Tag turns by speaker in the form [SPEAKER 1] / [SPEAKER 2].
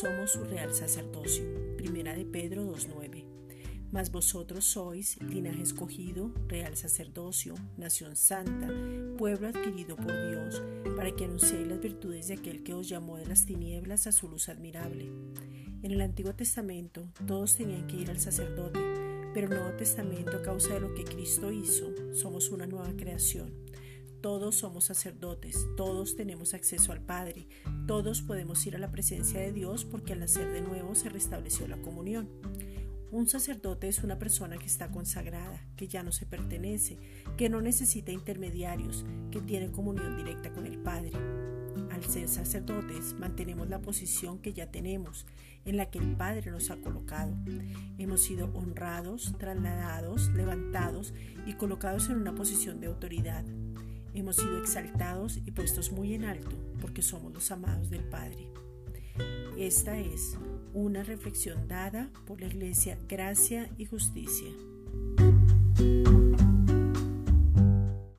[SPEAKER 1] somos su real sacerdocio. Primera de Pedro 2:9. Mas vosotros sois linaje escogido, real sacerdocio, nación santa, pueblo adquirido por Dios, para que anunciéis las virtudes de aquel que os llamó de las tinieblas a su luz admirable. En el Antiguo Testamento todos tenían que ir al sacerdote, pero en el Nuevo Testamento, a causa de lo que Cristo hizo, somos una nueva creación. Todos somos sacerdotes, todos tenemos acceso al Padre, todos podemos ir a la presencia de Dios porque al nacer de nuevo se restableció la comunión. Un sacerdote es una persona que está consagrada, que ya no se pertenece, que no necesita intermediarios, que tiene comunión directa con el Padre. Al ser sacerdotes, mantenemos la posición que ya tenemos, en la que el Padre nos ha colocado. Hemos sido honrados, trasladados, levantados y colocados en una posición de autoridad. Hemos sido exaltados y puestos muy en alto porque somos los amados del Padre. Esta es una reflexión dada por la Iglesia Gracia y Justicia.